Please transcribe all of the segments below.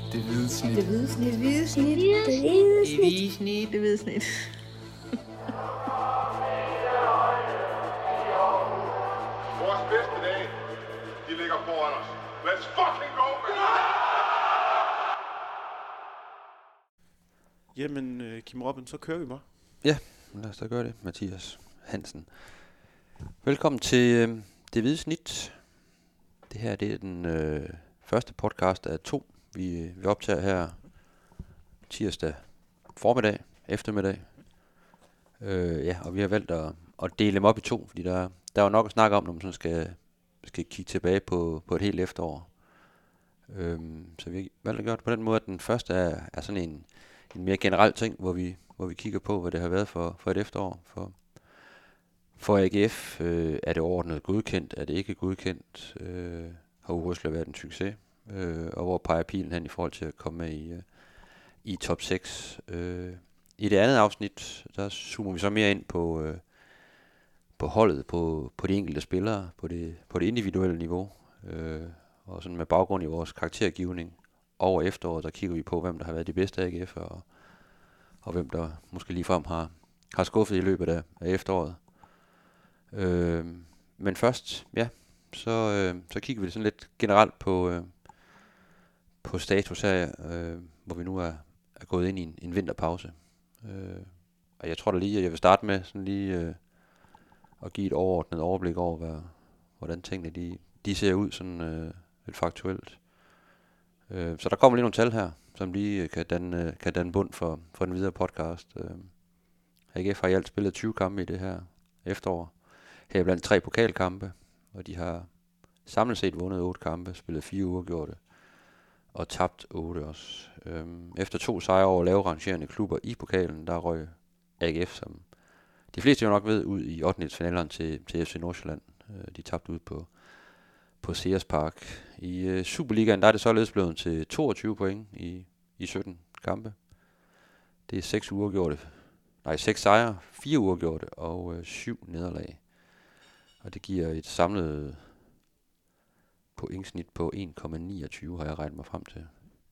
Det hvide snit. Det hvide snit. Det hvide snit. Det hvide snit. Det hvide snit. Det hvide snit. Vores bedste dage, de ligger foran os. Let's fucking go, man! Jamen, Kim Robin, så kører vi bare. Ja, lad os da gøre det, Mathias Hansen. Velkommen til Det Hvide Snit. Det her det er den første podcast af 2, vi optager her tirsdag formiddag, eftermiddag. Ja, og vi har valgt at dele dem op i 2, fordi der er jo nok at snakke om, når man sådan skal kigge tilbage på et helt efterår. Så vi har valgt at gøre det på den måde, at den første er sådan en mere generel ting, hvor vi kigger på, hvad det har været for et efterår. For AGF er det overordnet godkendt, er det ikke godkendt, har Urusla været en succes, og hvor peger pilen hen i forhold til at komme med i top 6. I det andet afsnit, der zoomer vi så mere ind på holdet, på de enkelte spillere, på det individuelle niveau, og sådan med baggrund i vores karaktergivning over efteråret, der kigger vi på, hvem der har været de bedste AGF'ere, og hvem der måske ligefrem har skuffet i løbet af efteråret. Men først, ja, så kigger vi sådan lidt generelt på status her, hvor vi nu er gået ind i en vinterpause. Og jeg tror da lige, at jeg vil starte med sådan lige at give et overordnet overblik over, hvordan tingene de ser ud sådan lidt faktuelt. Så der kommer lige nogle tal her, som lige kan danne bund for den videre podcast. AGF har i alt spillet 20 kampe i det her efterår. Her er blandt 3 pokalkampe, og de har samlet set vundet 8 kampe, spillet 4 uafgjorte og tabt 8 også. Efter 2 sejre over lave rangerende klubber i pokalen, der røg AGF, som de fleste jo nok ved, ud i 8. finalen til FC Nordsjælland. De tabte ud på Sears Park. I Superligaen, der er det således blevet til 22 point i 17 kampe. Det er 6 sejre, 4 uafgjorte og 7 nederlag. Og det giver et samlet pointsnit på 1,29, har jeg regnet mig frem til.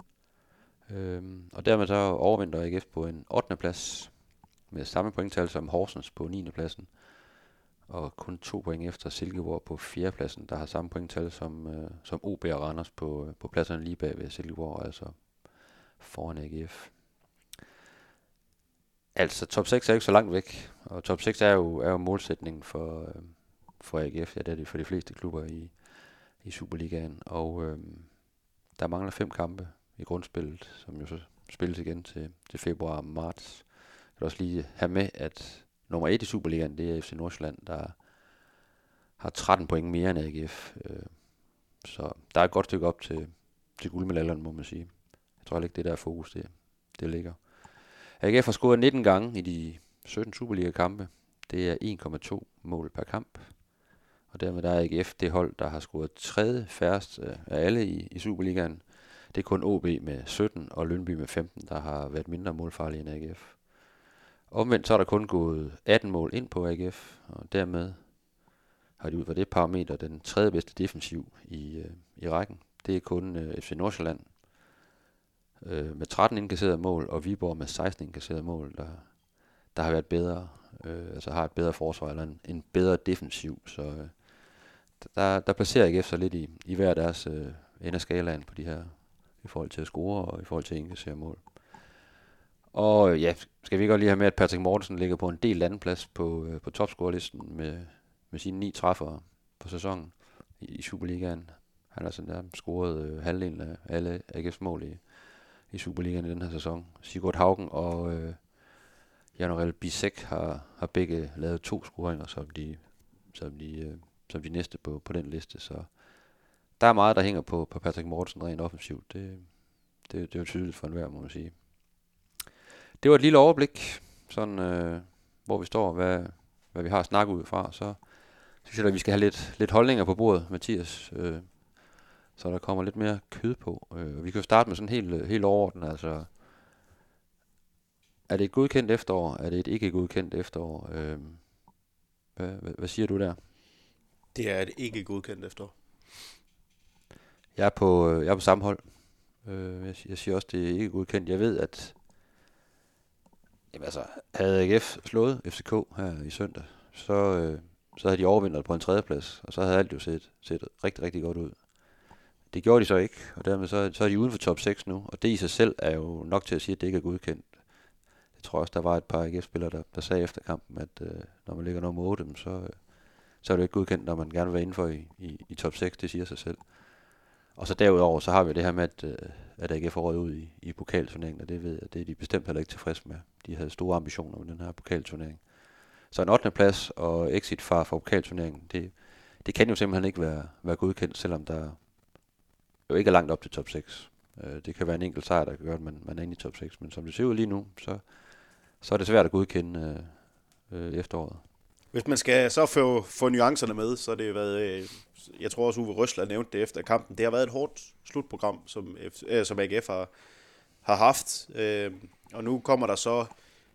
Og dermed så overvinder AGF på en 8. plads, med samme pointtal som Horsens på 9. pladsen. Og kun 2 point efter Silkeborg på 4. pladsen, der har samme pointtal som OB og Randers på pladserne lige bag ved Silkeborg, altså foran AGF. Altså top 6 er ikke så langt væk, og top 6 er jo målsætningen for AGF. Ja, det er det for de fleste klubber i Superligaen, og der mangler 5 kampe i grundspillet, som jo så spilles igen til februar og marts. Jeg vil også lige have med, at nummer 1 i Superligaen, det er FC Nordsjælland, der har 13 point mere end AGF. Så der er et godt stykke op til guldmedaljerne, må man sige. Jeg tror ikke, det der fokus, det ligger. AGF har scoret 19 gange i de 17 Superliga-kampe. Det er 1,2 mål per kamp. Og dermed der er AGF det hold, der har scoret 3. færrest af alle i Superligaen. Det er kun OB med 17 og Lyngby med 15, der har været mindre målfarlige end AGF. Omvendt så er der kun gået 18 mål ind på AGF, og dermed har de ud fra det parameter den 3. bedste defensiv i rækken. Det er kun FC Nordsjælland med 13 indkasserede mål, og Viborg med 16 indkasserede mål, der har været bedre, altså har et bedre forsvar eller en bedre defensiv. Så der placerer AGF sig lidt i hver deres ende af skalaen på de her, i forhold til at score og i forhold til at indkassere mål. Og ja, skal vi godt lige have med, at Patrick Mortensen ligger på en del andenplads på topscorelisten med sine 9 træffere på sæsonen i Superligaen. Han har sådan der scoret halvdelen af alle AGF's mål i Superligaen i den her sæson. Sigurd Haugen og Jan-Orel Bisek har begge lavet 2 scoringer, som de næste på den liste. Så der er meget, der hænger på Patrick Mortensen rent offensivt. Det er jo tydeligt for enhver, må man sige. Det var et lille overblik, sådan hvor vi står, hvad vi har at snakke ud fra. Så synes jeg, at vi skal have lidt holdninger på bordet, Mathias, så der kommer lidt mere kød på. Vi kan jo starte med sådan helt overordnet. Altså, er det et godkendt efterår? Er det et ikke godkendt efterår? Hvad siger du der? Det er et ikke godkendt efterår. Jeg er på samme hold. Jeg siger også, det er ikke godkendt. Jeg ved, at jamen, altså, havde AGF slået FCK her i søndag, så havde de overvintret på en tredjeplads, og så havde alt jo set rigtig, rigtig godt ud. Det gjorde de så ikke, og dermed så er de uden for top 6 nu, og det i sig selv er jo nok til at sige, at det ikke er godkendt. Jeg tror også, der var et par AGF-spillere, der sagde efter kampen, at når man ligger nummer 8, så er det ikke godkendt, når man gerne vil være indenfor i top 6, det siger sig selv. Og så derudover, så har vi det her med, at AGF er røget ud i pokalturneringen, og det ved jeg, det er de bestemt heller ikke tilfredse med. De havde store ambitioner med den her pokalturnering. Så en 8. plads og exit fra pokalturneringen, det kan jo simpelthen ikke være godkendt, selvom der jo ikke er langt op til top 6. Det kan være en enkelt sejr, der kan gøre, at man er inde i top 6, men som det ser ud lige nu, så er det svært at godkende efteråret. Hvis man skal så få nuancerne med, så har det været, jeg tror også Uwe Røsler nævnte det efter kampen, det har været et hårdt slutprogram, som AGF har haft, og nu kommer der så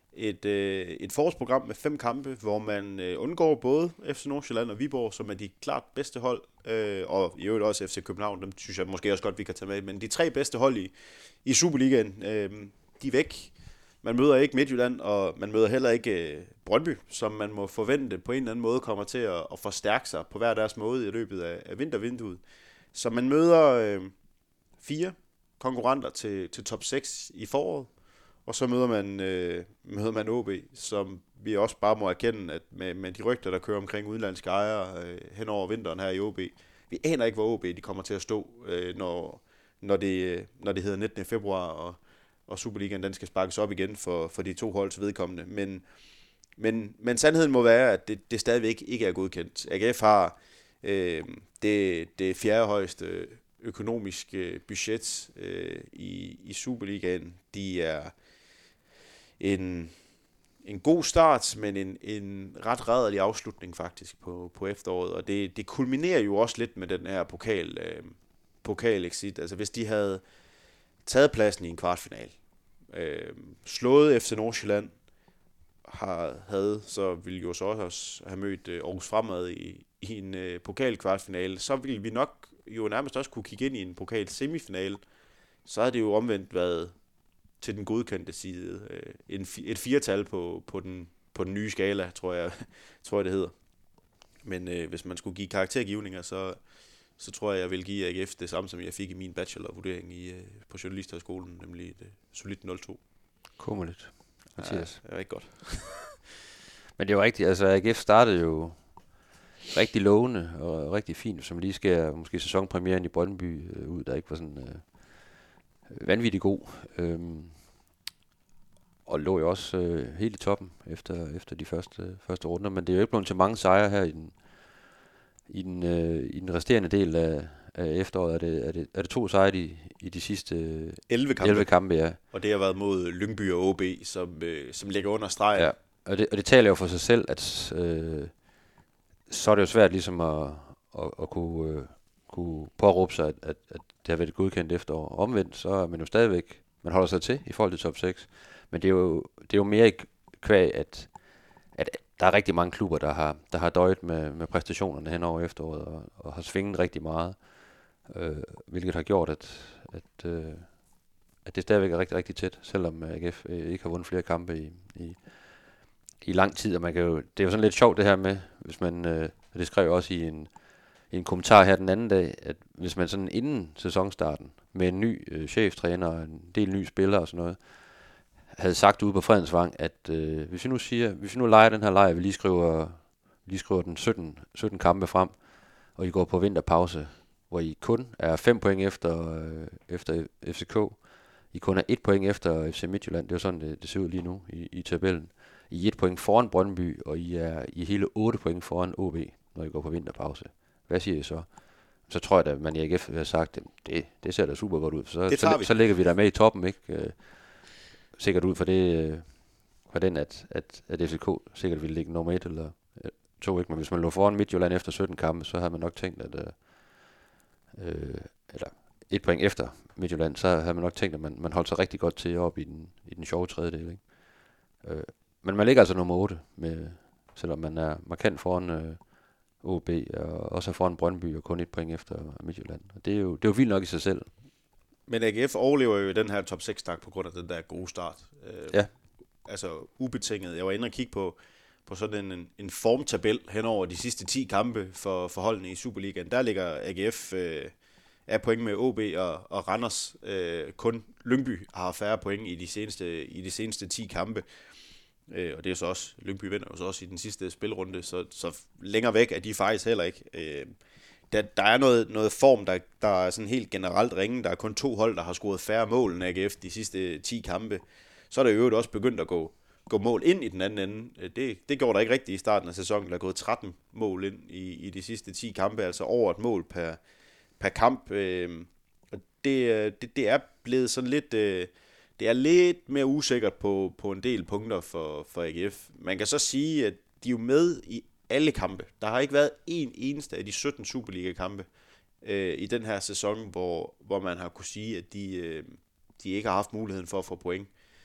et forårsprogram med 5 kampe, hvor man undgår både FC Nordsjælland og Viborg, som er de klart bedste hold, og i øvrigt også FC København, dem synes jeg måske også godt, vi kan tage med, men de 3 bedste hold i Superligaen, de er væk. Man møder ikke Midtjylland, og man møder heller ikke Brøndby, som man må forvente på en eller anden måde kommer til at forstærke sig på hver deres måde i løbet af vintervinduet. Så man møder 4 konkurrenter til top 6 i foråret, og så møder man OB, som vi også bare må erkende, at med de rygter, der kører omkring udenlandske ejere hen over vinteren her i OB, vi aner ikke, hvor OB de kommer til at stå, når det hedder 19. februar, og Superligaen den skal sparkes op igen for de 2 holds vedkommende. Men sandheden må være, at det stadigvæk ikke er godkendt. AGF har det 4. højeste økonomiske budget i Superligaen. De er en god start, men en ret rædderlig afslutning faktisk på efteråret. Og det kulminerer jo også lidt med den her pokal-exit. Altså hvis de havde taget pladsen i en kvartfinal, slået FC Nordsjælland, så ville jo så også have mødt Aarhus Fremad i en pokal-kvartfinale, så ville vi nok jo nærmest også kunne kigge ind i en pokal-semifinale. Så havde det jo omvendt været til den godkendte side. Et 4-tal på den nye skala, tror jeg det hedder. Men hvis man skulle give karaktergivninger, så tror jeg vil give AGF det samme, som jeg fik i min bachelorvurdering på Journalisthøjskolen, nemlig et solidt 0-2. Kummerligt, Mathias. Ja, det er rigtig godt. Men det er jo rigtigt, altså AGF startede jo rigtig lovende og rigtig fint, som lige skærer måske sæsonpremieren i Brøndby ud, der ikke var sådan vanvittigt god. Og lå jo også helt i toppen efter de første runder, men det er jo ikke blevet til mange sejre her i den resterende del af efteråret. Er det 2 sejre i de sidste 11 kampe, ja. Og det har været mod Lyngby og OB, som ligger under stregen. Ja, og det taler jo for sig selv, at så er det jo svært ligesom at kunne påråbe sig, at det har været godkendt efterår. Omvendt, så er man jo stadigvæk, man holder sig til i forhold til top 6. Men det er jo mere kvæg, at der er rigtig mange klubber, der har døjet med præstationerne hen over efteråret, og har svinget rigtig meget, hvilket har gjort, at det stadigvæk er rigtig, rigtig tæt, selvom AGF ikke har vundet flere kampe i lang tid. Og man kan jo, det er jo sådan lidt sjovt det her med, hvis man, det skrev jeg også i en kommentar her den anden dag, at hvis man sådan inden sæsonstarten med en ny cheftræner og en del nye spillere og sådan noget, havde sagt ude på Fredensvang, at hvis vi nu leger den her lejr, vi lige skriver den 17 kampe frem, og I går på vinterpause, hvor I kun er 5 point efter FCK, I kun er 1 point efter FC Midtjylland, det er jo sådan, det ser ud lige nu i tabellen. I er 1 point foran Brøndby, og I er i hele 8 point foran OB, når I går på vinterpause. Hvad siger I så? Så tror jeg, at man i AGF har sagt, det ser da super godt ud. Så ligger vi der med i toppen, ikke? Sikkert ud for det, for den, at FCK sikkert ville ligge nummer 1 eller 2, ikke? Men hvis man lå foran Midtjylland efter 17 kampe, så havde man nok tænkt, at eller 1 point efter Midtjylland, så havde man nok tænkt, at man holdt sig rigtig godt til op i den sjove tredjedel, ikke? Men man ligger altså nummer 8, selvom man er markant foran OB, og også foran Brøndby, og kun 1 point efter Midtjylland. Og det er jo vildt nok i sig selv. Men AGF overlever jo i den her top 6-stak på grund af den der gode start. Ja. Altså ubetinget. Jeg var inde og kigge på sådan en formtabel hen over de sidste 10 kampe for holdene i Superligaen. Der ligger AGF af point med OB og Randers. Kun Lyngby har færre point i de seneste 10 kampe. Og det er så også, Lyngby vinder jo så også i den sidste spilrunde, så længere væk er de faktisk heller ikke. Der er noget form, der er sådan helt generelt ringe. Der er kun 2 hold, der har scoret færre mål end AGF de sidste 10 kampe. Så er der jo også begyndt at gå mål ind i den anden ende. Det gjorde der ikke rigtigt i starten af sæsonen. Der er gået 13 mål ind i de sidste 10 kampe, altså over et mål per kamp. Og det er blevet sådan lidt... Det er lidt mere usikkert på en del punkter for AGF. Man kan så sige, at de er jo med i alle kampe. Der har ikke været en eneste af de 17 Superliga-kampe i den her sæson, hvor man har kunne sige, at de ikke har haft muligheden for at få point.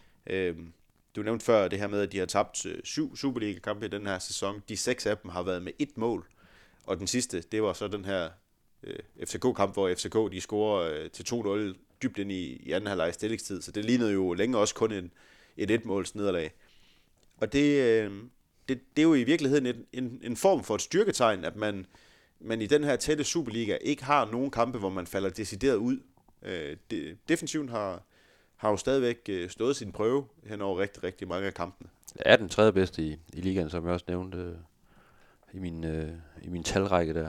Du nævnte før det her med, at de har tabt 7 Superliga-kampe i den her sæson. De 6 af dem har været med 1 mål. Og den sidste, det var så den her FCK-kamp, hvor FCK de scorer til 2-0 dybt ind i anden halvleg stillingstid. Så det lignede jo længe også kun et 1-måls nederlag. Og det er jo i virkeligheden en form for et styrketegn, at man i den her tætte Superliga ikke har nogen kampe, hvor man falder decideret ud. Defensiven har jo stadigvæk stået sin prøve hen over rigtig, rigtig mange af kampene. Er den tredje bedste i ligaen, som jeg også nævnte i min talrække der.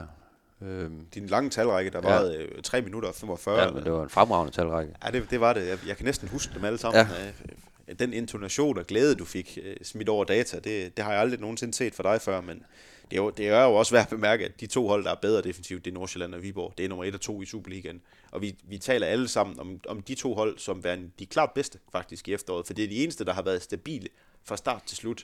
Din lange talrække, der var 3 minutter og 45. Ja, men det var en fremragende talrække. Ja, det var det. Jeg kan næsten huske dem alle sammen. Ja. Den intonation og glæde, du fik smidt over data, det har jeg aldrig nogensinde set for dig før, men det er jo også værd at bemærke, at de 2 hold, der er bedre defensivt, det er Nordsjælland og Viborg. Det er nummer 1 og 2 i Superligaen. Og vi taler alle sammen om de 2 hold, som er de klart bedste faktisk i efteråret, for det er de eneste, der har været stabile fra start til slut.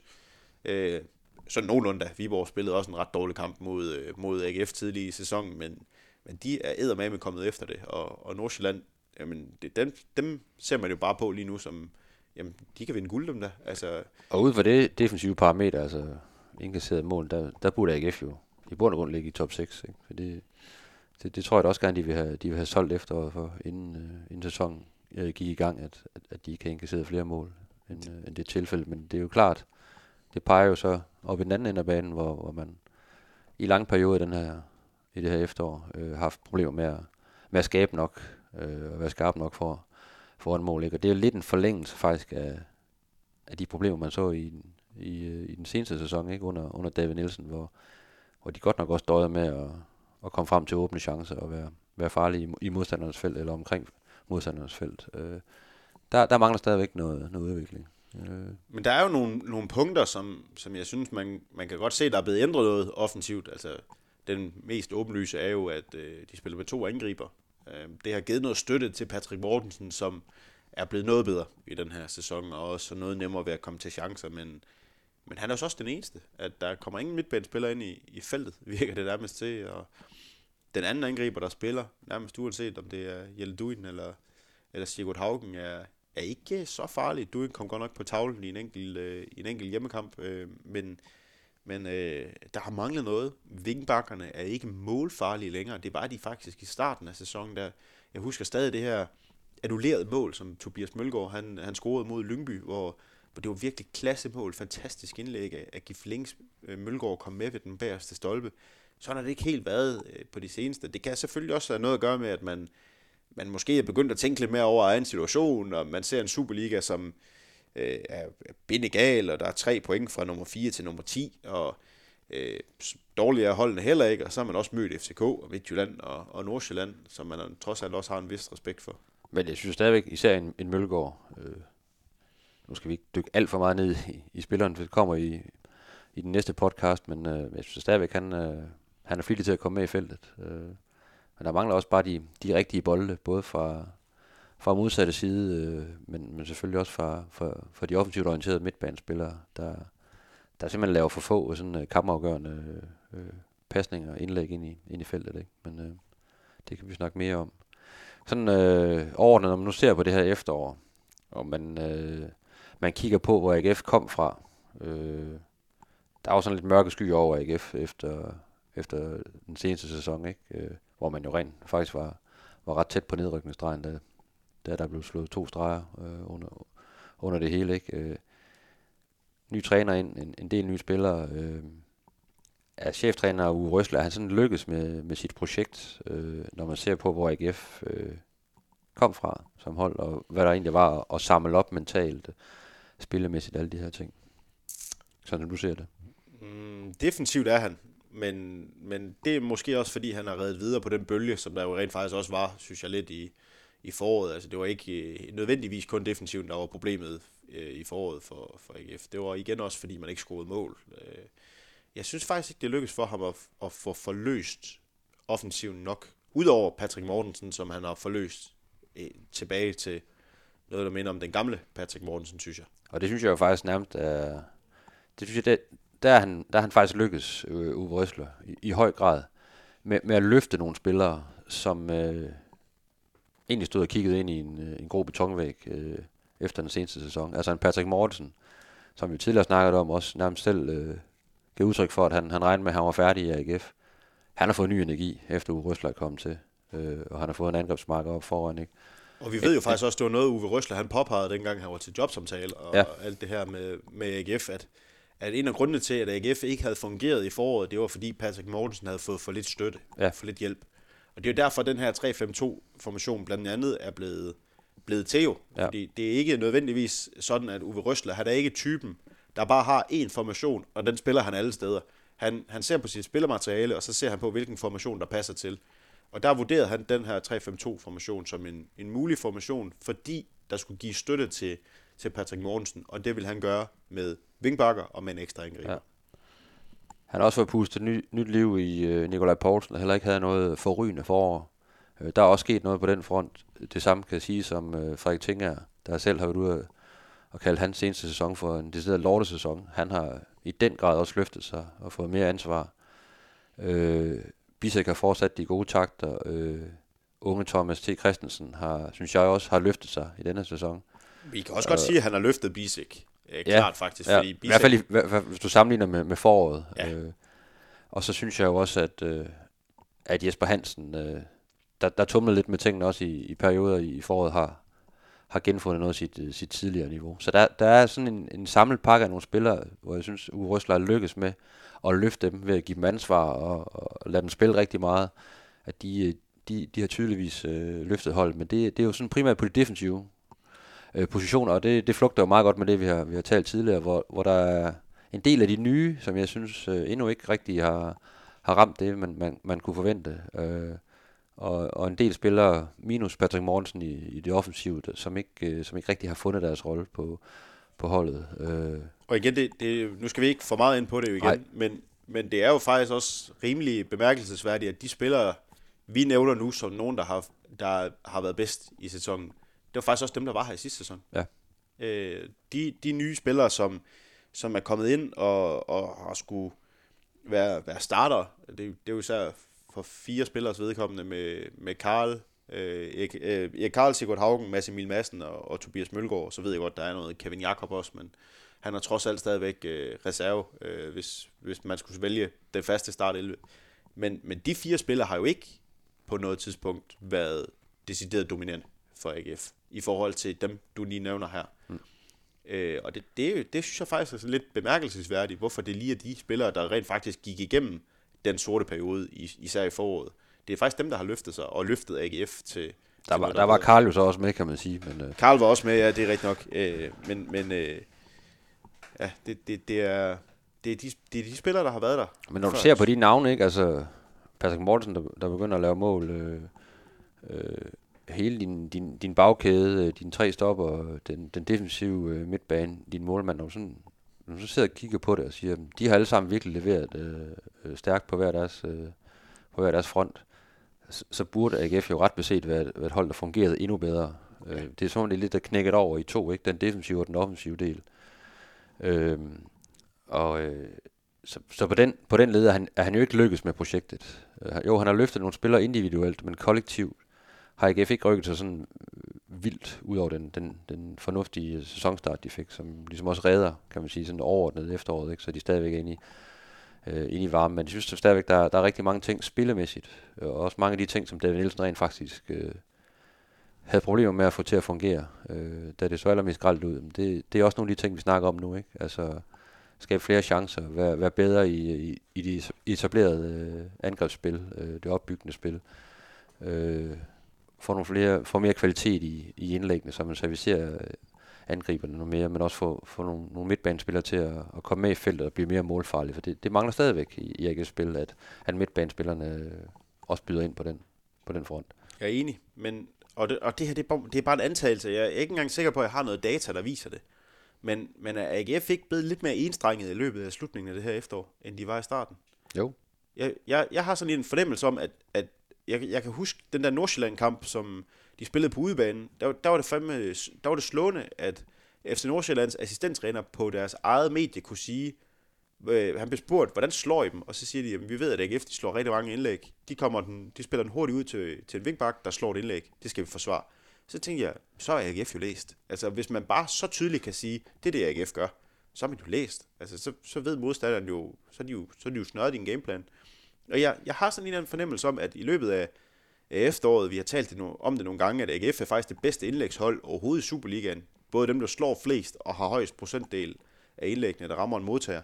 Sådan nogenlunde da. Viborg spillede også en ret dårlig kamp mod AGF tidlig i sæsonen, men de er eddermame kommet efter det. Og Nordsjælland, jamen, dem ser man jo bare på lige nu som, jamen, de kan vinde guld dem der. Altså, og ud fra det defensive parameter, altså indkasseret mål, der burde AGF jo i bund og grund ligge i top 6. Ikke? For det tror jeg da også gerne, de vil have solgt efteråret for, inden sæsonen gik i gang, at de ikke kan indkassere flere mål end det tilfælde. Men det er jo klart, det peger jo så op i den anden ende af banen, hvor man i lange perioder i det her efterår har haft problemer med at skabe nok og være skarp nok for en mål. Ikke? Og det er lidt en forlængelse faktisk af de problemer, man så i den seneste sæson, ikke? Under David Nielsen, hvor de godt nok også døjede med at komme frem til åbne chancer og være farlige i modstandernes felt eller omkring modstandernes felt. Der mangler stadigvæk noget udvikling. Men der er jo nogle punkter, som jeg synes, man kan godt se, der er blevet ændret noget offensivt. Altså, den mest åbenlyse er jo, at de spiller med 2 angriber. Det har givet noget støtte til Patrick Mortensen, som er blevet noget bedre i den her sæson, og også noget nemmere ved at komme til chancer, men han er jo også den eneste, at der kommer ingen midtbanespiller ind i feltet, virker det nærmest til, og den anden angriber, der spiller, nærmest uanset om det er Jelle Duin eller Sigurd Haugen, er ikke så farligt. Duin kom godt nok på tavlen i en enkelt hjemmekamp, men der har manglet noget. Vingbakkerne er ikke målfarlige længere. Det var de faktisk i starten af sæsonen der. Jeg husker stadig det her annullerede mål, som Tobias Mølgaard han scorede mod Lyngby, hvor det var virkelig klassemål, fantastisk indlæg af Gif Links. Mølgaard kom med ved den bagerste stolpe. Sådan har det ikke helt været på de seneste. Det kan selvfølgelig også have noget at gøre med, at man måske er begyndt at tænke lidt mere over egen situation, og man ser en Superliga, som er bindegal, og der er 3 point fra nummer 4 til nummer 10, og dårligere er holdene heller ikke, og så har man også mødt FCK og Midtjylland og Nordsjælland, som man trods alt også har en vis respekt for. Men jeg synes stadigvæk, især en Mølgaard, nu skal vi ikke dykke alt for meget ned i spilleren, for det kommer i den næste podcast, men jeg synes stadigvæk, han er flittig til at komme med i feltet. Men der mangler også bare de rigtige bolde, både fra modsatte side, men selvfølgelig også fra de offensivt orienterede midtbanespillere, der simpelthen laver for få sådan kampafgørende pasninger og indlæg ind i feltet. Ikke? Men det kan vi snakke mere om. Sådan overordnet, når man nu ser på det her efterår, og man kigger på, hvor AGF kom fra, der er jo sådan lidt mørke skyer over AGF efter den seneste sæson, ikke? Hvor man jo rent faktisk var ret tæt på nedrykningsstregen, der blev slået 2 streger under det hele, ikke? Ny træner ind, en del nye spillere. Cheftræner Uwe Rösler, han sådan lykkes med sit projekt, når man ser på, hvor AGF kom fra som hold, og hvad der egentlig var at samle op mentalt, spillemæssigt, alle de her ting. Sådan som du ser det. Defensivt er han, men det er måske også, fordi han har reddet videre på den bølge, som der jo rent faktisk også var, synes jeg, lidt i foråret. Altså, det var ikke nødvendigvis kun defensivt, der var problemet i foråret for AGF. Det var igen også, fordi man ikke scorede mål. Jeg synes faktisk ikke, det lykkedes for ham at få forløst offensiven nok. Udover Patrick Mortensen, som han har forløst tilbage til noget, der minder om den gamle Patrick Mortensen, synes jeg. Og det synes jeg jo faktisk nærmest er... Det synes jeg, der er han faktisk lykkes, Uwe Rösler, i høj grad, med at løfte nogle spillere, som egentlig stod og kiggede ind i en grå betonvæg efter den seneste sæson. Altså en Patrick Mortensen, som vi tidligere snakkede om, også nærmest selv gav udtryk for, at han regnede med, at han var færdig i AGF. Han har fået ny energi, efter Uwe Rösler er kommet til, og han har fået en angrebsmarker op foran, ikke? Og vi ved jo faktisk også, det var noget, Uwe Rösler han påpegede, dengang han var til jobsamtale, og alt det her med AGF, at en af grundene til, at AGF ikke havde fungeret i foråret, det var fordi Patrick Mortensen havde fået for lidt støtte, for lidt hjælp. Og det er jo derfor, den her 3-5-2-formation blandt andet er blevet til jo. Ja. Fordi det er ikke nødvendigvis sådan, at Uwe Rösler, han er ikke typen, der bare har én formation, og den spiller han alle steder. Han ser på sit spillermateriale, og så ser han på, hvilken formation, der passer til. Og der vurderede han den her 3-5-2-formation som en mulig formation, fordi der skulle give støtte til Patrick Mortensen, og det vil han gøre med wingbacker og med en ekstra angriber. Ja. Han har også fået pustet nyt liv i Nikolaj Poulsen, og heller ikke havde noget forrygende forår. Der er også sket noget på den front. Det samme kan sige som Frederik Tinger, der selv har været ude og kaldt hans seneste sæson for en decideret lortesæson. Han har i den grad også løftet sig og fået mere ansvar. Bisek har fortsat de gode takter. Unge Thomas T. Christensen synes jeg også har løftet sig i denne sæson. Vi kan også godt sige, at han har løftet Bisek. Klart faktisk. Ja, fordi Bisek... i hvert fald hvis du sammenligner med foråret. Ja. Og så synes jeg jo også, at Jesper Hansen, der tumlede lidt med tingene også i perioder i foråret, har genfundet noget af sit tidligere niveau. Så der er sådan en samlet pakke af nogle spillere, hvor jeg synes, Uwe Rösler lykkes med at løfte dem ved at give dem ansvar og lade dem spille rigtig meget. At de har tydeligvis løftet hold, men det er jo sådan primært på de defensive positioner, og det flugter jo meget godt med det, vi har talt tidligere, hvor der er en del af de nye, som jeg synes endnu ikke rigtig har ramt det, man kunne forvente. Og en del spillere, minus Patrick Mortensen i det offensive, som ikke rigtig har fundet deres rolle på holdet. Og igen, nu skal vi ikke for meget ind på det jo igen, men det er jo faktisk også rimelig bemærkelsesværdigt, at de spillere, vi nævner nu som nogen, der har været bedst i sæsonen, det var faktisk også dem, der var her i sidste sæson. Ja. De nye spillere, som er kommet ind og har skulle være starter, det er jo især for 4 spillers vedkommende med Karl, Karl Sigurd Haugen, Mads Emil Madsen og Tobias Mølgaard. Så ved jeg godt, der er noget Kevin Jakob også, men han er trods alt stadigvæk reserve, hvis man skulle vælge den faste start 11. Men de 4 spillere har jo ikke på noget tidspunkt været decideret dominerende for AGF i forhold til dem, du lige nævner her. Og det synes jeg faktisk er lidt bemærkelsesværdigt, hvorfor det lige er de spillere, der rent faktisk gik igennem den sorte periode, især i foråret. Det er faktisk dem, der har løftet sig, og løftet AGF til... Der var Karl jo så også med, kan man sige. Men, Karl var også med, ja, det er rigtigt nok. Ja, det er de spillere, der har været der. Men når du ser på de navne, ikke? Altså, Patrick Mortensen, der begynder at lave mål... hele din bagkæde, dine 3 stopper, den defensive midtbane, din målmand, når du så sidder og kigger på det og siger, de har alle sammen virkelig leveret stærkt på hver deres front, så burde AGF jo ret beset være et hold, der fungerede endnu bedre. Det er sådan, det er lidt der knækket over i 2, ikke? Den defensive og den offensive del. Så på den led er han jo ikke lykkes med projektet. Jo, han har løftet nogle spillere individuelt, men kollektivt har AGF ikke rykket sig sådan vildt ud over den fornuftige sæsonstart, de fik, som ligesom også redder, kan man sige, sådan overordnet efteråret, ikke? Så de stadigvæk er inde i varmen. Men jeg synes stadigvæk, der er rigtig mange ting spillemæssigt, og også mange af de ting, som David Nielsen rent faktisk havde problemer med at få til at fungere, da det så allermest grelt ud. Det er også nogle af de ting, vi snakker om nu, ikke? Altså, skabe flere chancer, være bedre i de etablerede angrebsspil, det opbyggende spil, få mere kvalitet i indlæggene, så man servicerer angriberne noget mere, men også få nogle midtbanespillere til at komme med i feltet og blive mere målfarlige, for det mangler stadigvæk i AGF-spil, at midtbanespillerne også byder ind på den front. Jeg er enig, men og det her det er bare en antagelse. Jeg er ikke engang sikker på, at jeg har noget data, der viser det. Men er AGF ikke blevet lidt mere enstrenget i løbet af slutningen af det her efterår, end de var i starten? Jo. Jeg har sådan en fornemmelse om, at jeg kan huske den der Nordsjælland-kamp, som de spillede på udebanen. Der var det slående, at FC Nordsjællands assistenttræner på deres eget medie kunne sige, han blev spurgt, hvordan slår I dem? Og så siger de, at vi ved, at AGF de slår rigtig mange indlæg. De spiller den hurtigt ud til en vingbak, der slår et indlæg. Det skal vi forsvare. Så tænkte jeg, så er AGF jo læst. Altså, hvis man bare så tydeligt kan sige, det er det, AGF gør, så er man jo læst. Altså, så ved modstanderen jo, så er de jo snørret i en gameplan. Og jeg har sådan en eller anden fornemmelse om, at i løbet af efteråret, vi har talt om det nogle gange, at AGF er faktisk det bedste indlægshold overhovedet i Superligaen. Både dem, der slår flest og har højst procentdel af indlæggene, der rammer en modtager.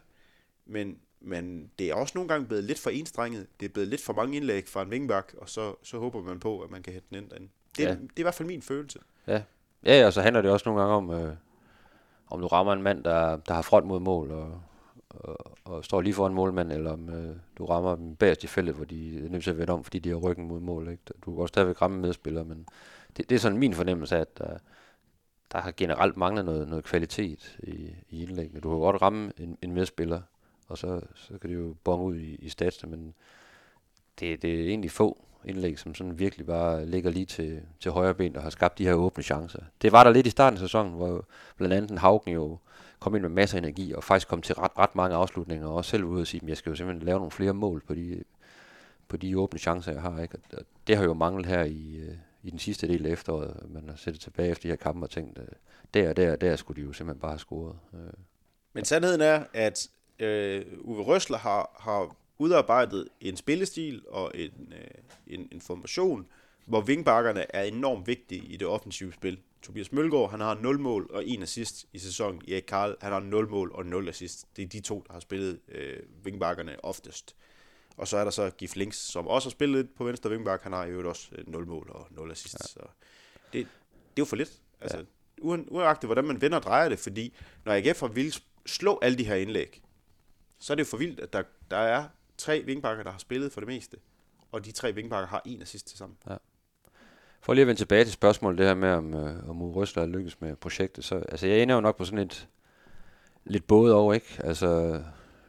Men det er også nogle gange blevet lidt for enstrenget. Det er blevet lidt for mange indlæg fra en vingbak, og så håber man på, at man kan hætte den ind derinde. Det er i hvert fald min følelse. Ja, og så handler det også nogle gange om du rammer en mand, der har front mod mål, og står lige foran målmand, eller om du rammer dem bagerst i feltet, hvor de er nødt til at vende om, fordi de har ryggen mod mål. Ikke? Du kan også stadigvæk ramme medspillere, men det er sådan min fornemmelse af, at der har generelt manglet noget kvalitet i indlæggene. Du kan godt ramme en medspiller, og så kan det jo bonge ud i statsene, men det er egentlig få indlæg, som sådan virkelig bare ligger lige til højre ben og har skabt de her åbne chancer. Det var der lidt i starten af sæsonen, hvor blandt andet en Haugen jo kom ind med masser af energi og faktisk kom til ret mange afslutninger, og også selv ude og sige, at jeg skal jo simpelthen lave nogle flere mål på de åbne chancer, jeg har. Ikke? Og det har jo manglet her i den sidste del af efteråret. Man har sættet tilbage efter de her kampe og tænkt, der skulle de jo simpelthen bare have scoret. Men sandheden er, at Uwe Rösler har udarbejdet en spillestil og en formation, hvor vingbakkerne er enormt vigtige i det offensive spil. Tobias Mølgaard, han har 0 mål og 1 assist i sæsonen. Erik Karl, han har 0 mål og 0 assist. Det er de to, der har spillet vingbakkerne oftest. Og så er der så Gif Links, som også har spillet på venstre vingbak. Han har jo også 0 mål og 0 assist. Ja. Så det er jo for lidt. Altså, uagtet hvordan man vender og drejer det, fordi når AGF vil slå alle de her indlæg, så er det jo for vildt, at der er 3 vingbakker, der har spillet for det meste, og de 3 vingbakker har 1 assist til sammen. Ja. For lige at vende tilbage til spørgsmålet, det her med, om Uwe Rösler lykkes med projektet, så altså, jeg ender jo nok på sådan et lidt både over, ikke? Altså,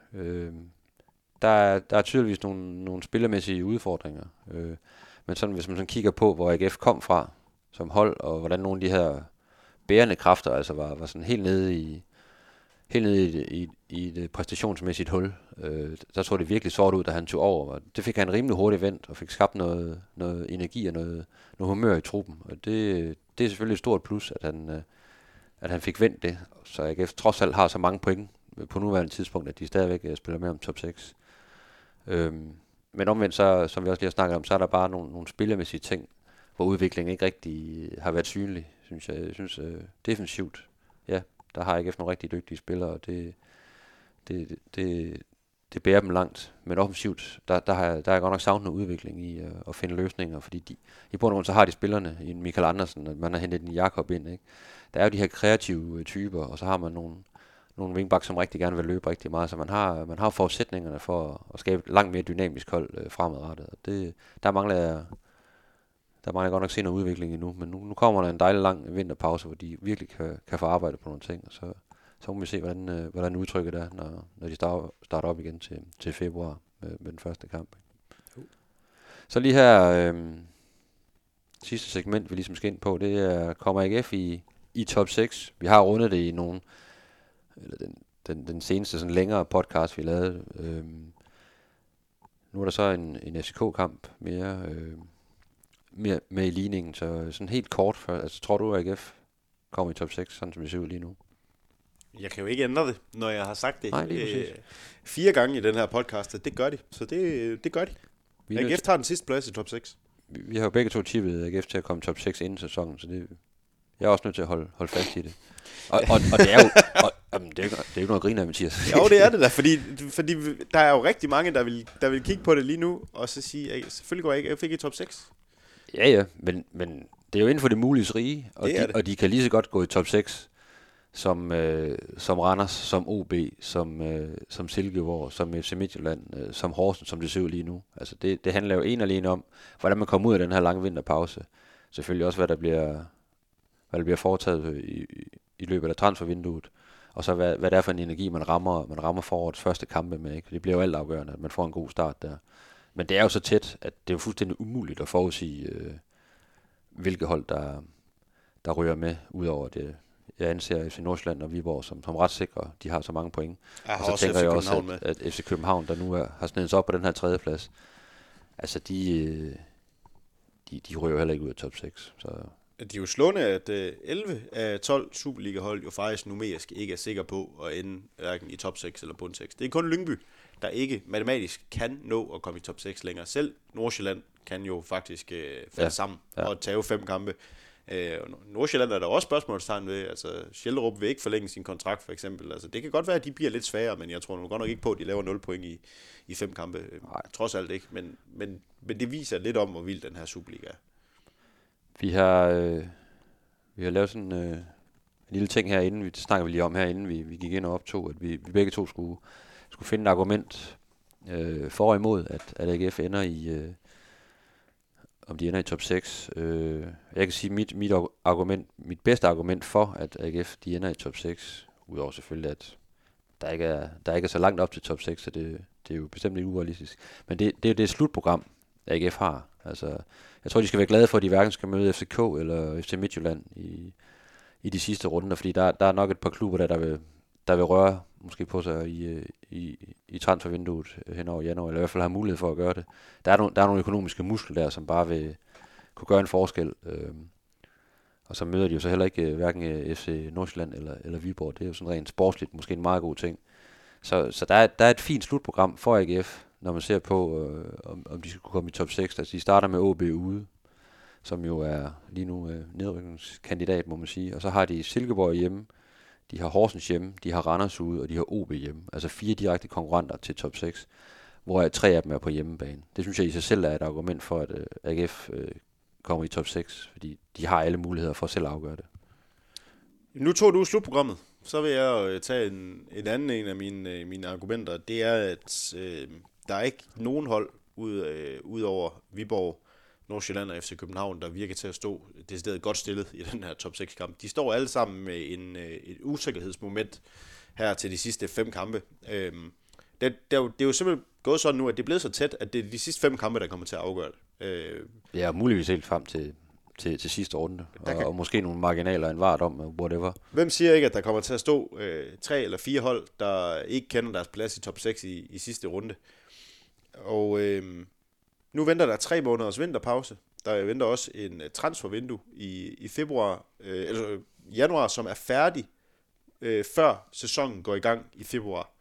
der er tydeligvis nogle spillermæssige udfordringer, men sådan, hvis man sådan kigger på, hvor AGF kom fra som hold, og hvordan nogle af de her bærende kræfter altså var sådan helt nede i et præstationsmæssigt hul. Der så det virkelig sort ud, da han tog over. Det fik han rimelig hurtigt vendt, og fik skabt noget energi og noget humør i truppen. Og det er selvfølgelig et stort plus, at han fik vendt det. Så AGF trods alt har så mange point på nuværende tidspunkt, at de stadigvæk spiller med om top 6. Men omvendt, så, som vi også lige har snakket om, så er der bare nogle spillemæssige ting, hvor udviklingen ikke rigtig har været synlig, synes jeg. Jeg synes defensivt, ja, der har AGF nogle rigtig dygtige spillere, og det bærer dem langt. Men offensivt, der har jeg godt nok savnet noget udvikling i at finde løsninger, fordi i bund og grund så har de spillerne, i Michael Andersen, og man har hentet en Jakob ind, ikke? Der er jo de her kreative typer, og så har man nogle wingback, som rigtig gerne vil løbe rigtig meget, så man har forudsætningerne for at skabe langt mere dynamisk hold fremadrettet. Og der mangler jeg godt nok se noget udvikling endnu, men nu kommer der en dejlig lang vinterpause, hvor de virkelig kan få arbejde på nogle ting, og så må vi se, hvordan udtrykket er, når de starter op igen til februar med den første kamp. Så lige her, sidste segment, vi ligesom skal ind på, det er, kommer AGF i top 6. Vi har rundet det i den seneste sådan længere podcast, vi lavede. Nu er der så en FCK-kamp mere med i ligningen, så sådan helt kort før, altså tror du, at AGF kommer i top 6, sådan som det ser ud lige nu? Jeg kan jo ikke ændre det, når jeg har sagt det. Nej, 4 gange i den her podcast, det gør de, så det gør de. AGF tager den sidste plads i top 6. vi har jo begge to tippet AGF til at komme top 6 inden sæsonen, så jeg er også nødt til at holde fast i det. Og det er jo... Jamen, det er jo ikke noget griner, Mathias. Jo, det er det da, fordi der er jo rigtig mange, der vil kigge på det lige nu, og så sige, at selvfølgelig går AGF ikke i top 6. Ja, men det er jo inden for det mulige rige, og de kan lige så godt gå i top 6, som Randers, som OB, som Silkeborg, som FC Midtjylland, som Horsens, som det ser ud lige nu. Altså det handler jo alene om, hvordan man kommer ud af den her lange vinterpause. Selvfølgelig også, hvad der bliver foretaget i løbet af transfervinduet, og så hvad det er for en energi, man rammer forårets første kampe med. Ikke? Det bliver jo alt afgørende, at man får en god start der. Men det er jo så tæt, at det er jo fuldstændig umuligt at forudsige, hvilke hold, der ryger med, udover det. Jeg anser FC Nordsjælland og Viborg som ret sikre. De har så mange point. Og så tænker jeg også, at FC København, der nu har snedet sig op på den her 3. plads, altså de ryger heller ikke ud af top 6. Så de er jo slående, at 11 af 12 Superliga-hold jo faktisk numerisk ikke er sikre på at ende hverken i top 6 eller bund 6. Det er kun Lyngby, der ikke matematisk kan nå at komme i top 6 længere. Selv Nordsjælland kan jo faktisk falde sammen og tage 5 kampe. Nordsjælland er der også spørgsmålstegn ved. Altså, Schellerup vil ikke forlænge sin kontrakt, for eksempel. Altså, det kan godt være, at de bliver lidt sværere, men jeg tror nu godt nok ikke på, at de laver 0 point i 5 kampe. Trods alt ikke. Men det viser lidt om, hvor vild den her Superliga er. Vi har lavet sådan en lille ting herinde, det snakker vi lige om herinde, vi gik ind og optog, at vi begge to skulle finde et argument for og imod, at AGF ender i, om de ender i top 6. Jeg kan sige, mit bedste argument for, at AGF de ender i top 6, udover selvfølgelig, at der ikke er så langt op til top 6, så det er jo bestemt ikke urealistisk. Men det er jo det slutprogram, AGF har. Altså, jeg tror, de skal være glade for, at de hverken skal møde FCK eller FC Midtjylland i de sidste runder, fordi der er nok et par klubber, der vil røre måske på sig i transfervinduet hen over januar, eller i hvert fald har mulighed for at gøre det. Der er nogle økonomiske muskler der, som bare vil kunne gøre en forskel. Og så møder de jo så heller ikke hverken FC Nordsjælland eller Viborg. Det er jo sådan rent sportsligt måske en meget god ting. Så der er et fint slutprogram for AGF, når man ser på, om de skal kunne komme i top 6. Altså, de starter med OB ude, som jo er lige nu nedrykningskandidat, må man sige. Og så har de Silkeborg hjemme, de har Horsens hjemme, de har Randers ude, og de har OB hjemme. Altså 4 direkte konkurrenter til top 6, hvor 3 af dem er på hjemmebane. Det synes jeg i sig selv er et argument for, at AGF kommer i top 6, fordi de har alle muligheder for selv at afgøre det. Nu tog du slutprogrammet. Så vil jeg tage en anden af mine argumenter. Det er, at der er ikke nogen hold ud over Viborg, Nordsjælland og FC København, der virker til at stå decideret godt stillet i den her top 6-kamp. De står alle sammen med et usikkerhedsmoment her til de sidste 5 kampe. Det er jo simpelthen gået sådan nu, at det er blevet så tæt, at det er de sidste 5 kampe, der kommer til at afgøre det. Ja, muligvis helt frem til sidste runde, og måske nogle marginaler, en vart om, whatever. Hvem siger ikke, at der kommer til at stå 3 eller 4 hold, der ikke kender deres plads i top 6 i sidste runde? Og nu venter der 3 måneders vinterpause. Der venter også en transfervindue i februar, eller januar, som er færdig, før sæsonen går i gang i februar.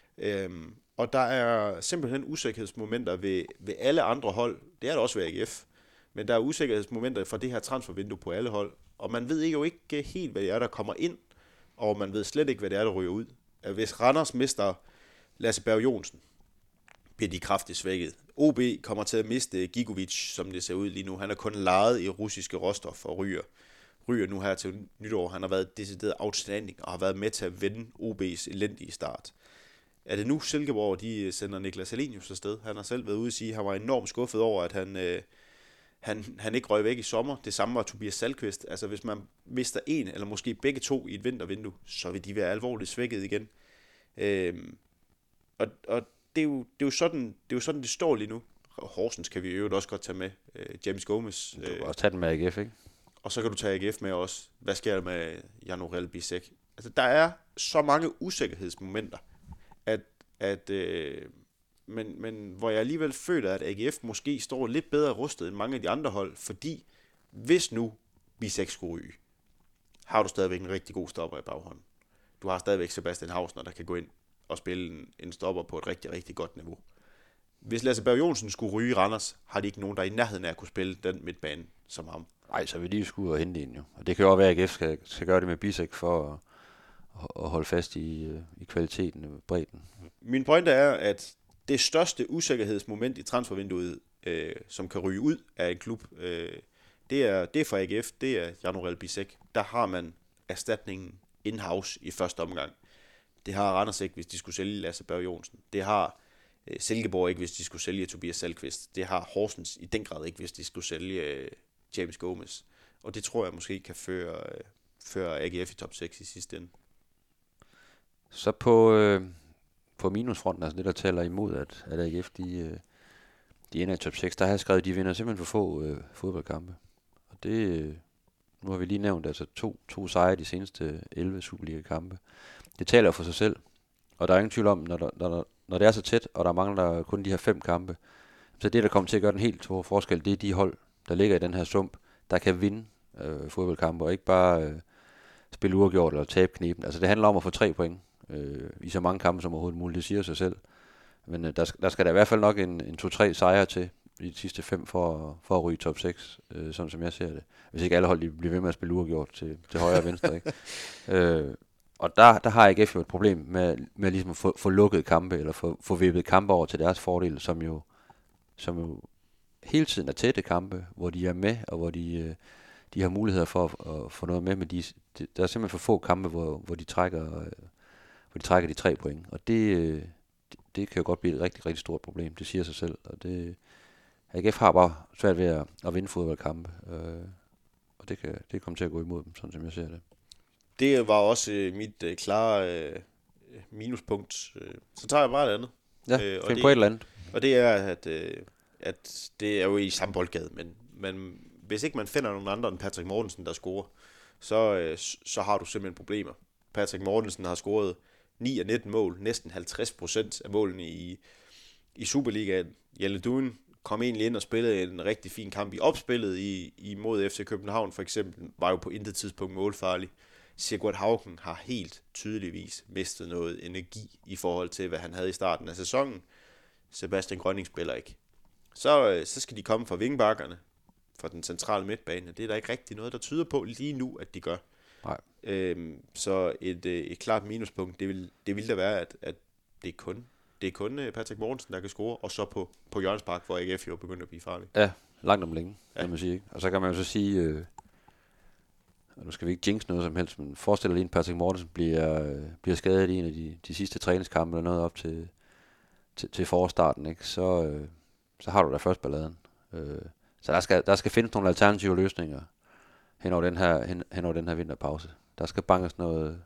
Og der er simpelthen usikkerhedsmomenter ved alle andre hold. Det er der også ved AGF. Men der er usikkerhedsmomenter fra det her transfervindue på alle hold. Og man ved jo ikke helt, hvad det er, der kommer ind. Og man ved slet ikke, hvad det er, der ryger ud. Hvis Randers mister Lasse Berg Jonsen, bliver de kraftigt svækket. OB kommer til at miste Gigovic, som det ser ud lige nu. Han er kun lejet i russiske råstof og ryger nu her til nytår. Han har været decideret outstanding og har været med til at vende OB's elendige start. Er det nu Silkeborg, de sender Niklas Helenius afsted? Han har selv været ude og sige, at han var enormt skuffet over, at han ikke røg væk i sommer. Det samme var Tobias Salkvist. Altså hvis man mister en eller måske begge to i et vintervindue, så vil de være alvorligt svækket igen. Og det er jo sådan det står lige nu. Horsens kan vi jo også godt tage med. James Gomez. Du kan også tage den med AGF, ikke? Og så kan du tage AGF med også. Hvad sker der med Jan Orel Bisek? Altså der er så mange usikkerhedsmomenter, men hvor jeg alligevel føler, at AGF måske står lidt bedre rustet end mange af de andre hold, fordi hvis nu Bisek skulle ryge, har du stadigvæk en rigtig god stopper i baghånden. Du har stadigvæk Sebastian Hausner, der kan gå ind og spille en stopper på et rigtig, rigtig godt niveau. hvis Lasse Berg Jonsen skulle ryge i Randers, har de ikke nogen, der er i nærheden af at kunne spille den midtbane som ham. Nej, så vil de jo skulle ud og hente en jo. Og det kan jo også være, at AGF skal gøre det med Bisek for at holde fast i kvaliteten og bredden. Min pointe er, at det største usikkerhedsmoment i transfervinduet, som kan ryge ud af en klub, det er for AGF, det er Jan-Orel Bisek. Der har man erstatningen in-house i første omgang. Det har Randers ikke, hvis de skulle sælge Lasse Berg Jonsen. Det har Silkeborg ikke, hvis de skulle sælge Tobias Salkvist. Det har Horsens i den grad ikke, hvis de skulle sælge James Gomez. Og det tror jeg måske kan føre AGF i top 6 i sidste ende. Så på minusfronten, altså det der taler imod, at AGF de ender i top 6, der har jeg skrevet, at de vinder simpelthen for få fodboldkampe. Og det, nu har vi lige nævnt, altså to sejre de seneste 11 Superliga-kampe. Det taler for sig selv, og der er ingen tvivl om, når det er så tæt, og der mangler kun de her 5 kampe, så det, der kommer til at gøre den helt store forskel, det er de hold, der ligger i den her sump, der kan vinde fodboldkampe, og ikke bare spille uafgjort eller tabe kniben. Altså det handler om at få 3 point i så mange kampe som overhovedet muligt, det siger sig selv. Men der skal der i hvert fald nok en 2-3 sejre til i de sidste 5 for at ryge top 6, sådan som jeg ser det. Hvis ikke alle hold de bliver ved med at spille uafgjort til højre og venstre, ikke? Og der har AGF jo et problem med ligesom at få lukket kampe, eller få vippet kampe over til deres fordel, som jo hele tiden er tætte kampe, hvor de er med, og hvor de har muligheder for at få noget med, men der er simpelthen for få kampe, hvor de trækker de 3 point, og det kan jo godt blive et rigtig, rigtig stort problem, det siger sig selv, og AGF har bare svært ved at vinde fodboldkampe, og det kommer til at gå imod dem, sådan som jeg ser det. Det var også mit klare minuspunkt. Så tager jeg bare det andet. Ja, find på et eller andet. Og det er, at det er jo i samme boldgade, men hvis ikke man finder nogen andre end Patrick Mortensen, der scorer, så har du simpelthen problemer. Patrick Mortensen har scoret 9 af 19 mål, næsten 50% af målene i Superligaen. Jelle Duen kom egentlig ind og spillede en rigtig fin kamp i opspillet imod FC København for eksempel, var jo på intet tidspunkt målfarlig. Sigurd Haugen har helt tydeligvis mistet noget energi i forhold til, hvad han havde i starten af sæsonen. Sebastian Grønning spiller ikke. Så skal de komme fra vingbakkerne, fra den centrale midtbane. Det er der ikke rigtig noget, der tyder på lige nu, at de gør. Nej. Så et klart minuspunkt, det vil da være, at det er kun Patrick Mortensen, der kan score, og så på Jørgens Park, hvor AGF jo begynder at blive farlig. Ja, langt om længe, kan man sige. Ikke? Og så kan man jo så sige, og nu skal vi ikke jinx noget som helst, men forestil dig lige, at Patrick Mortensen bliver skadet i en af de sidste træningskampe, eller noget op til forårsstarten, ikke? Så har du da først balladen. Så der skal findes nogle alternative løsninger hen over den her vinterpause. Der skal banges noget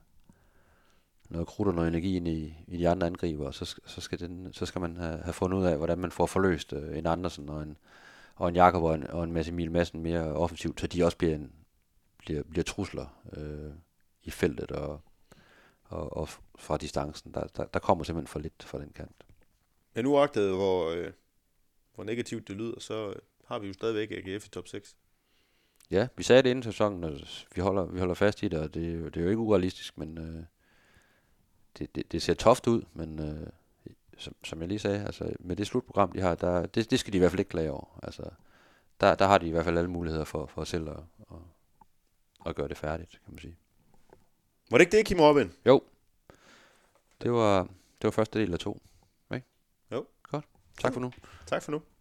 krudt og noget energi ind i de andre angriber, og så skal man have fundet ud af, hvordan man får forløst en Andersen og en Jakob og en Mads Emil Madsen mere offensivt, så de også bliver trusler i feltet og fra distancen. Der kommer simpelthen for lidt fra den kant. Ja, nu agtet, hvor negativt det lyder, så har vi jo stadigvæk AGF i top 6. Ja, vi sagde det inden sæsonen, og vi holder fast i det, og det er jo ikke urealistisk, men det ser toft ud, men som jeg lige sagde, altså med det slutprogram, de har, det skal de i hvert fald ikke klage over. Altså, der har de i hvert fald alle muligheder for selv at gøre det færdigt, kan man sige. Var det ikke det, Kim Robin? Jo. Det var første del af 2. Ikke? Jo. Godt. Tak for nu. Tak for nu.